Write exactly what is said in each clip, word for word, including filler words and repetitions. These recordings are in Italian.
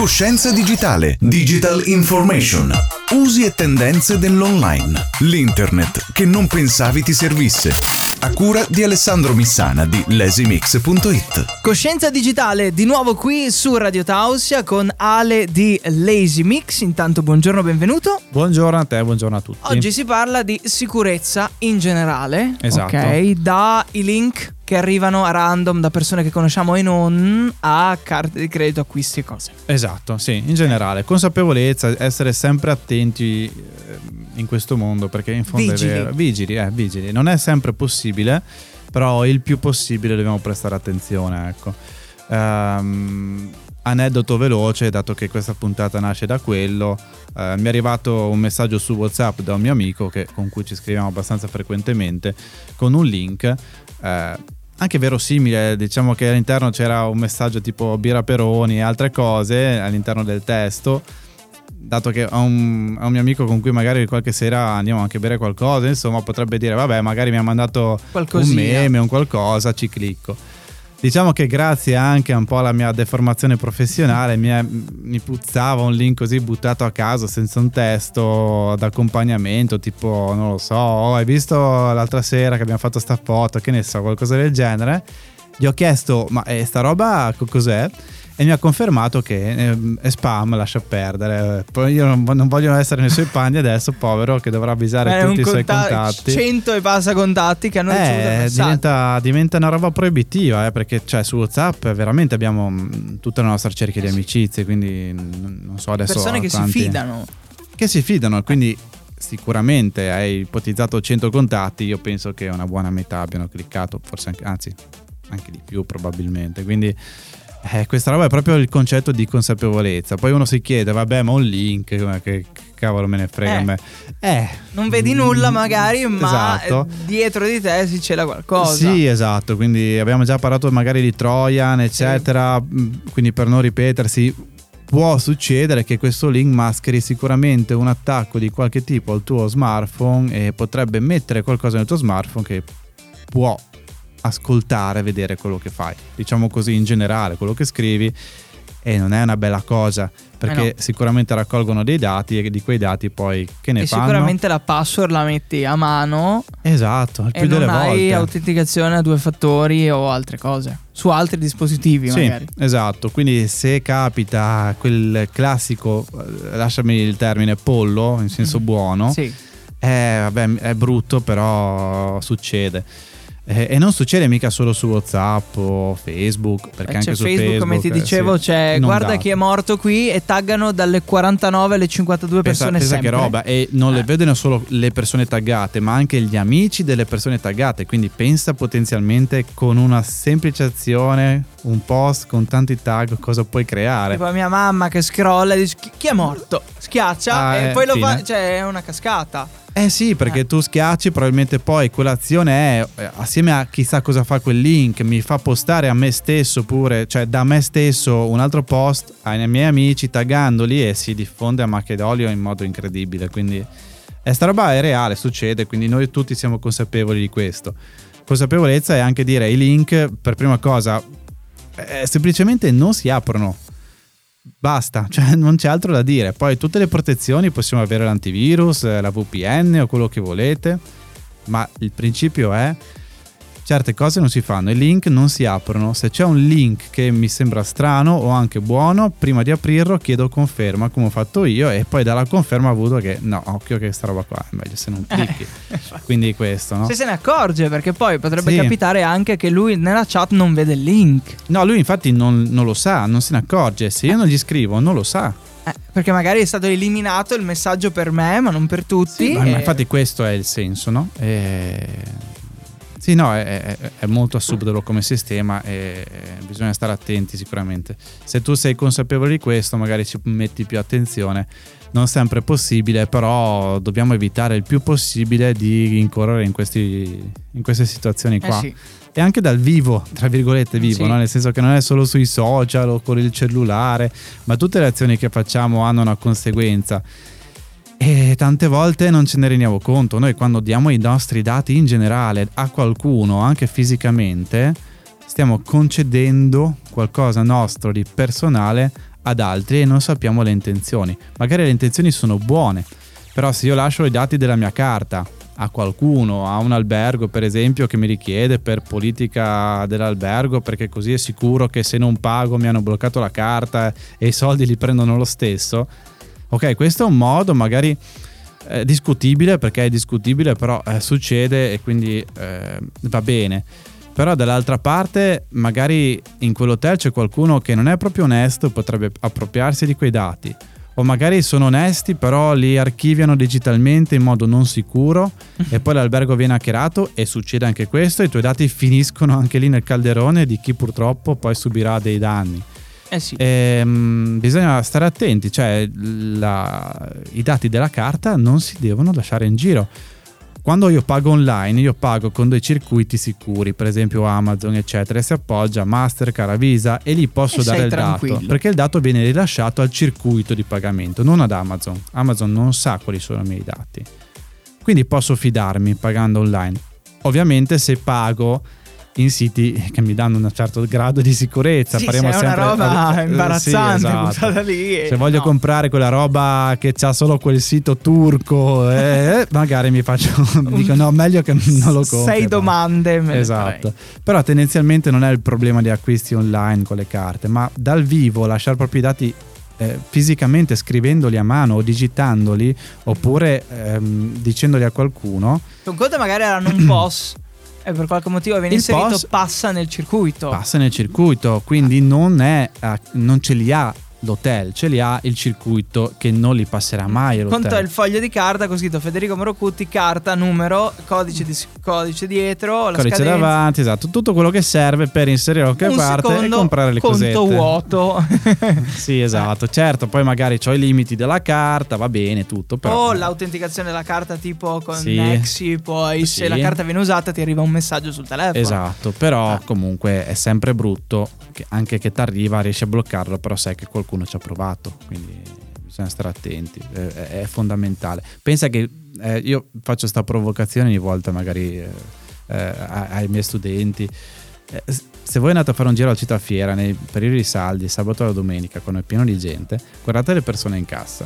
Coscienza digitale, digital information, usi e tendenze dell'online, l'internet che non pensavi ti servisse. A cura di Alessandro Missana di lazy mix punto it. Coscienza digitale di nuovo qui su Radio Tausia con Ale di Lazy Mix. Intanto buongiorno, benvenuto. Buongiorno a te, buongiorno a tutti. Oggi si parla di sicurezza in generale. Esatto. Ok, da i link che arrivano a random da persone che conosciamo e non, a carte di credito, acquisti e cose. Esatto, sì, in generale. Consapevolezza, essere sempre attenti in questo mondo, perché in fondo vigili. è vero. Vigili, eh, vigili. Non è sempre possibile, però il più possibile dobbiamo prestare attenzione, ecco. Um, aneddoto veloce, dato che questa puntata nasce da quello, uh, mi è arrivato un messaggio su WhatsApp da un mio amico che, con cui ci scriviamo abbastanza frequentemente, con un link uh, anche verosimile. Diciamo che all'interno c'era un messaggio tipo birra Peroni e altre cose all'interno del testo, dato che ho un, ho un mio amico con cui magari qualche sera andiamo anche a bere qualcosa, insomma potrebbe dire vabbè, magari mi ha mandato Qualcosina. un meme, un qualcosa, ci clicco. Diciamo che grazie anche un po' alla mia deformazione professionale mi, è, mi puzzava un link così buttato a caso senza un testo d'accompagnamento, tipo non lo so, oh, hai visto l'altra sera che abbiamo fatto sta foto, che ne so, qualcosa del genere. Gli ho chiesto ma eh, sta roba cos'è? E mi ha confermato che è spam, lascia perdere. Poi io non, non voglio essere nei suoi panni adesso, povero, che dovrà avvisare Beh, tutti i suoi conta- contatti. cento e passa contatti che hanno eh, ricevuto il messaggio. diventa, diventa una roba proibitiva, eh, perché cioè, su WhatsApp veramente abbiamo mh, tutta la nostra cerchia di amicizie, quindi non so adesso. Persone che quanti, si fidano. Che si fidano, quindi sicuramente hai ipotizzato cento contatti, io penso che una buona metà abbiano cliccato, forse anche, anzi anche di più probabilmente, quindi Eh, questa roba è proprio il concetto di consapevolezza. Poi uno si chiede, vabbè, ma un link, che, che cavolo me ne frega eh, a me. Eh, non vedi nulla magari, ma esatto. dietro di te si c'è qualcosa. Sì, esatto, quindi abbiamo già parlato magari di Trojan, eccetera, sì. Quindi per non ripetersi, può succedere che questo link mascheri sicuramente un attacco di qualche tipo al tuo smartphone e potrebbe mettere qualcosa nel tuo smartphone che può ascoltare, vedere quello che fai, diciamo così in generale, quello che scrivi, e non è una bella cosa, perché eh no. sicuramente raccolgono dei dati e di quei dati poi che ne e fanno? Sicuramente la password la metti a mano, esatto, il e più delle non hai volte autenticazione a due fattori o altre cose su altri dispositivi, sì, magari. Esatto, quindi se capita quel classico, lasciami il termine, pollo in senso mm. buono, sì. eh, vabbè, è brutto, però succede. Eh, e non succede mica solo su WhatsApp o Facebook, perché eh, anche c'è su Facebook, Facebook, come ti dicevo, sì, c'è inondato. guarda chi è morto qui, e taggano dalle quarantanove alle cinquantadue persone pensa, sempre. Pensa che roba, e non eh. le vedono solo le persone taggate, ma anche gli amici delle persone taggate, quindi pensa potenzialmente con una semplice azione, un post con tanti tag, cosa puoi creare. E poi mia mamma che scrolla e dice chi è morto, schiaccia ah, e eh, poi lo fine. fa, cioè è una cascata. Eh sì, perché eh. tu schiacci, probabilmente poi quell'azione è, assieme a chissà cosa fa quel link, mi fa postare a me stesso pure, cioè da me stesso un altro post ai miei amici taggandoli, e si diffonde a macchia d'olio in modo incredibile. Quindi eh, sta roba è reale, succede, quindi noi tutti siamo consapevoli di questo. Consapevolezza è anche dire i link, per prima cosa, eh, semplicemente non si aprono. Basta, cioè non c'è altro da dire. Poi tutte le protezioni, possiamo avere l'antivirus, la V P N o quello che volete, ma il principio è certe cose non si fanno, i link non si aprono. Se c'è un link che mi sembra strano o anche buono, prima di aprirlo chiedo conferma, come ho fatto io, e poi dalla conferma ho avuto che no, occhio che sta roba qua è meglio se non clicchi. Quindi questo, no? Se se ne accorge, perché poi potrebbe sì. capitare anche che lui nella chat non vede il link. No, lui infatti non, non lo sa, non se ne accorge. Se io non gli scrivo non lo sa. Eh, perché magari è stato eliminato il messaggio per me, ma non per tutti. Sì, e... ma infatti questo è il senso, no? E... Sì, no, è, è, è molto subdolo come sistema, e bisogna stare attenti sicuramente. Se tu sei consapevole di questo, magari ci metti più attenzione. Non sempre è possibile, però dobbiamo evitare il più possibile di incorrere in, questi, in queste situazioni qua. Eh sì. E anche dal vivo, tra virgolette vivo, sì. no? Nel senso che non è solo sui social o con il cellulare, ma tutte le azioni che facciamo hanno una conseguenza. E tante volte non ce ne rendiamo conto. Noi quando diamo i nostri dati in generale a qualcuno, anche fisicamente, stiamo concedendo qualcosa nostro di personale ad altri e non sappiamo le intenzioni. Magari le intenzioni sono buone, però se io lascio i dati della mia carta a qualcuno, a un albergo per esempio che mi richiede per politica dell'albergo, perché così è sicuro che se non pago mi hanno bloccato la carta e i soldi li prendono lo stesso. Ok, questo è un modo magari eh, discutibile, perché è discutibile, però eh, succede e quindi eh, va bene. Però dall'altra parte magari in quell'hotel c'è qualcuno che non è proprio onesto, potrebbe appropriarsi di quei dati, o magari sono onesti però li archiviano digitalmente in modo non sicuro e poi l'albergo viene hackerato, e succede anche questo, e i tuoi dati finiscono anche lì nel calderone di chi purtroppo poi subirà dei danni. Eh sì. E, mh, bisogna stare attenti, cioè la, i dati della carta non si devono lasciare in giro. Quando io pago online, io pago con dei circuiti sicuri, per esempio Amazon eccetera, e si appoggia a Mastercard, a Visa, e lì posso e dare il tranquillo. dato, perché il dato viene rilasciato al circuito di pagamento, non ad Amazon. Amazon non sa quali sono i miei dati, quindi posso fidarmi pagando online. Ovviamente se pago in siti che mi danno un certo grado di sicurezza, sì, faremo se è sempre una roba eh, imbarazzante, sì, esatto. buttata lì e... se voglio no. comprare quella roba che c'ha solo quel sito turco, eh, magari mi faccio dico no, meglio che non lo compro. Sei domande me le esatto farei. Però tendenzialmente non è il problema di acquisti online con le carte, ma dal vivo lasciare proprio i dati eh, fisicamente, scrivendoli a mano o digitandoli, oppure ehm, dicendoli a qualcuno. Un conto magari erano un P O S e per qualche motivo viene Il inserito, P O S passa nel circuito. Passa nel circuito, quindi non è non ce li ha l'hotel, ce li ha il circuito che non li passerà mai all'hotel. Conto è il foglio di carta con scritto Federico Morocutti, carta, numero, codice, di, codice dietro, la codice scadenza. davanti, esatto, tutto quello che serve per inserire qualche Un parte secondo, e comprare le conto cosette. vuoto. Sì, esatto, certo, poi magari c'ho i limiti della carta, va bene tutto, però O l'autenticazione della carta tipo con Sì. Nexi, poi Sì. se la carta viene usata ti arriva un messaggio sul telefono. esatto, però Ah. comunque è sempre brutto che anche che ti arriva, riesci a bloccarlo, però sai che qualcuno ci ha provato, quindi bisogna stare attenti, è, è fondamentale. Pensa che eh, io faccio sta provocazione ogni volta magari eh, eh, ai miei studenti. Eh, se voi andate a fare un giro al Città Fiera nei periodi di saldi, sabato e la domenica, quando è pieno di gente, guardate le persone in cassa.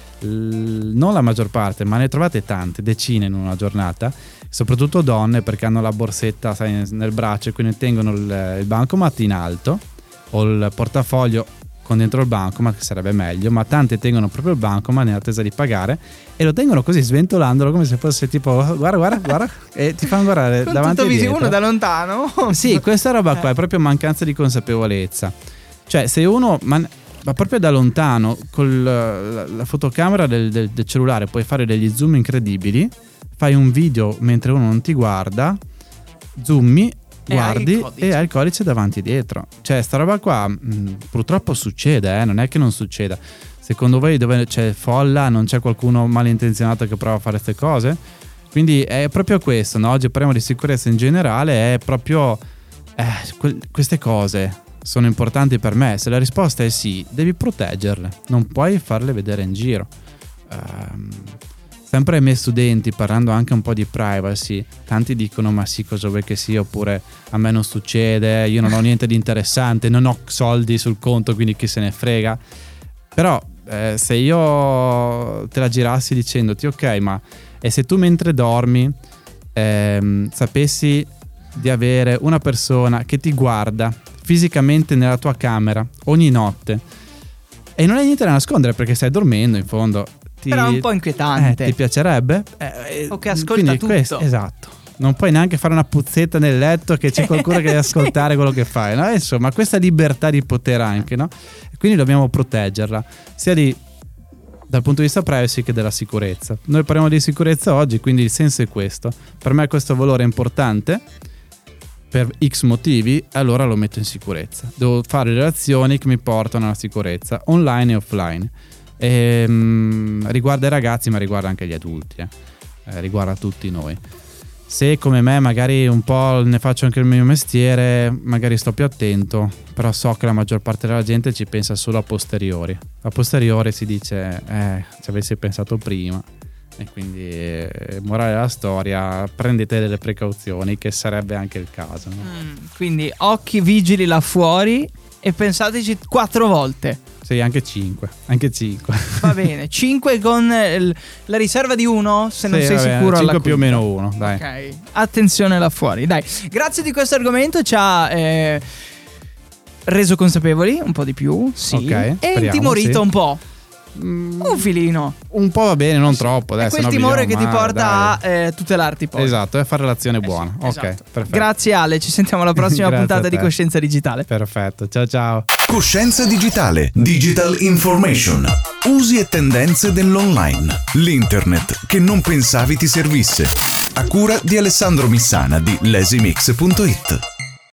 L- non la maggior parte, ma ne trovate tante, decine in una giornata, soprattutto donne, perché hanno la borsetta, sai, nel braccio, e quindi tengono il, il bancomat in alto o il portafoglio con dentro il bancomat, che sarebbe meglio, ma tante tengono proprio il bancomat in attesa di pagare e lo tengono così sventolandolo come se fosse tipo guarda guarda guarda e ti fanno guardare con davanti tutto e dietro. uno da lontano. Sì, questa roba qua è proprio mancanza di consapevolezza. Cioè se uno man- ma proprio da lontano con la, la fotocamera del, del, del cellulare puoi fare degli zoom incredibili, fai un video mentre uno non ti guarda, zoomi, guardi e hai il codice davanti e dietro. Cioè sta roba qua mh, purtroppo succede, eh? Non è che non succeda. Secondo voi dove c'è folla non c'è qualcuno malintenzionato che prova a fare queste cose? Quindi è proprio questo, no? Oggi parliamo di sicurezza in generale, è proprio eh, que- queste cose sono importanti per me. Se la risposta è sì, devi proteggerle, non puoi farle vedere in giro. Um, sempre ai miei studenti, parlando anche un po' di privacy, tanti dicono ma sì, cosa vuoi che sia, oppure a me non succede, io non ho niente di interessante, non ho soldi sul conto, quindi chi se ne frega. Però eh, se io te la girassi dicendoti ok, ma e se tu mentre dormi ehm, sapessi di avere una persona che ti guarda fisicamente nella tua camera ogni notte e non hai niente da nascondere perché stai dormendo in fondo, ti, però è un po' inquietante. eh, ti piacerebbe? Eh, o che ascolta tutto. Questo, esatto, non puoi neanche fare una puzzetta nel letto che c'è qualcuno che deve ascoltare quello che fai, no? Insomma, questa libertà di potere anche, no? E quindi dobbiamo proteggerla sia di dal punto di vista privacy che della sicurezza. Noi parliamo di sicurezza oggi, quindi il senso è questo. Per me questo valore è importante per X motivi, allora lo metto in sicurezza. Devo fare relazioni che mi portano alla sicurezza, online e offline. E, mh, riguarda i ragazzi, ma riguarda anche gli adulti, eh. Eh, riguarda tutti noi. Se come me magari un po' ne faccio anche il mio mestiere, magari sto più attento, però so che la maggior parte della gente ci pensa solo a posteriori. A posteriori si dice, eh, ci avessi pensato prima. E quindi eh, morale della storia, prendete delle precauzioni, che sarebbe anche il caso, no? Mm, quindi occhi vigili là fuori e pensateci quattro volte. Sì, anche cinque. Anche cinque. Va bene, cinque con il- la riserva di uno, se non Sì, sei va bene, sicuro. cinque più o all'acquisto. meno uno, dai. Ok, attenzione là fuori, dai. Grazie di questo argomento, ci ha eh, reso consapevoli un po' di più, sì. Ok, e speriamo, intimorito sì. un po'. Mm, Un filino. un po' va bene, non troppo. Dai, È quel sennò timore che viviamo ti male, porta dai. a eh, tutelarti poi. Esatto, è fare l'azione buona. Eh sì, ok, esatto. perfetto. Grazie Ale, ci sentiamo alla prossima Grazie puntata a di te. Coscienza Digitale. Perfetto, ciao ciao. Coscienza digitale. Digital information. Usi e tendenze dell'online. L'internet che non pensavi ti servisse. A cura di Alessandro Missana di lazy mix punto it.